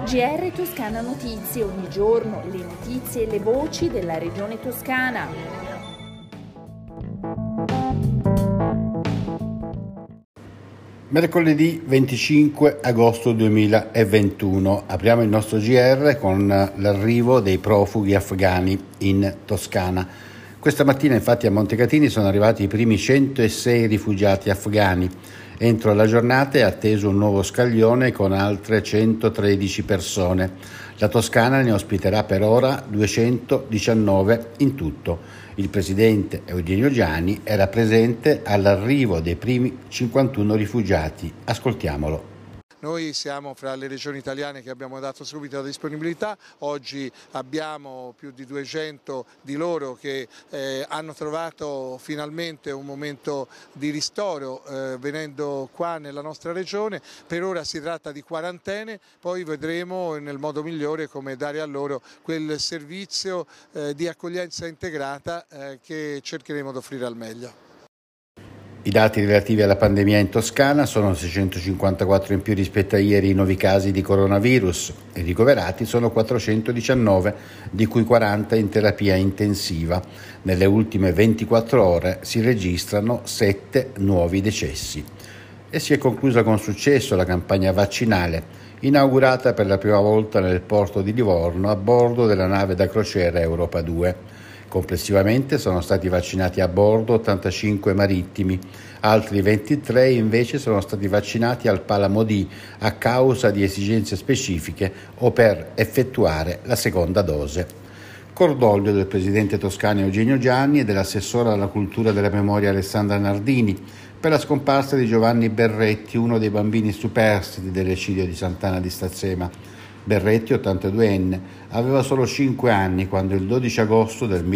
GR Toscana Notizie, ogni giorno le notizie e le voci della regione toscana. Mercoledì 25 agosto 2021 apriamo il nostro GR con l'arrivo dei profughi afghani in Toscana. Questa mattina infatti a Montecatini sono arrivati i primi 106 rifugiati afghani. Entro la giornata è atteso un nuovo scaglione con altre 113 persone. La Toscana ne ospiterà per ora 219 in tutto. Il presidente Eugenio Giani era presente all'arrivo dei primi 51 rifugiati. Ascoltiamolo. Noi siamo fra le regioni italiane che abbiamo dato subito la disponibilità. Oggi abbiamo più di 200 di loro che hanno trovato finalmente un momento di ristoro venendo qua nella nostra regione. Per ora si tratta di quarantene, poi vedremo nel modo migliore come dare a loro quel servizio di accoglienza integrata che cercheremo di offrire al meglio. I dati relativi alla pandemia in Toscana sono 654 in più rispetto a ieri i nuovi casi di coronavirus. I ricoverati sono 419, di cui 40 in terapia intensiva. Nelle ultime 24 ore si registrano 7 nuovi decessi. E si è conclusa con successo la campagna vaccinale, inaugurata per la prima volta nel porto di Livorno a bordo della nave da crociera Europa 2. Complessivamente sono stati vaccinati a bordo 85 marittimi, altri 23 invece sono stati vaccinati al Palamodì a causa di esigenze specifiche o per effettuare la seconda dose. Cordoglio del presidente toscano Eugenio Giani e dell'assessora alla cultura e della memoria Alessandra Nardini per la scomparsa di Giovanni Berretti, uno dei bambini superstiti dell'eccidio di Sant'Anna di Stazzema. Berretti, 82enne, aveva solo 5 anni quando il 12 agosto del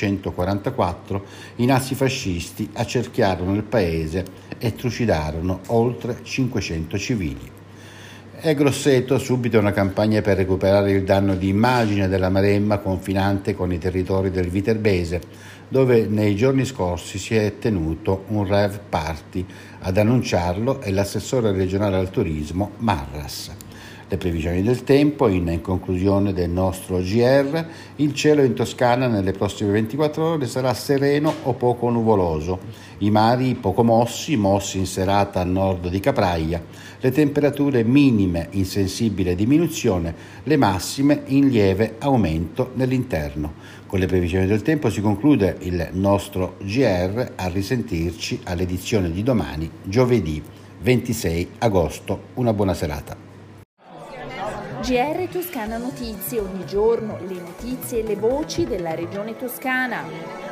1944 i nazifascisti accerchiarono il paese e trucidarono oltre 500 civili. È Grosseto subito una campagna per recuperare il danno di immagine della Maremma confinante con i territori del Viterbese, dove nei giorni scorsi si è tenuto un rave party. Ad annunciarlo è l'assessore regionale al turismo Marras. Le previsioni del tempo, in conclusione del nostro GR, il cielo in Toscana nelle prossime 24 ore sarà sereno o poco nuvoloso, i mari poco mossi in serata a nord di Capraia, le temperature minime in sensibile diminuzione, le massime in lieve aumento nell'interno. Con le previsioni del tempo si conclude il nostro GR, a risentirci all'edizione di domani, giovedì 26 agosto. Una buona serata. GR Toscana Notizie, ogni giorno le notizie e le voci della regione toscana.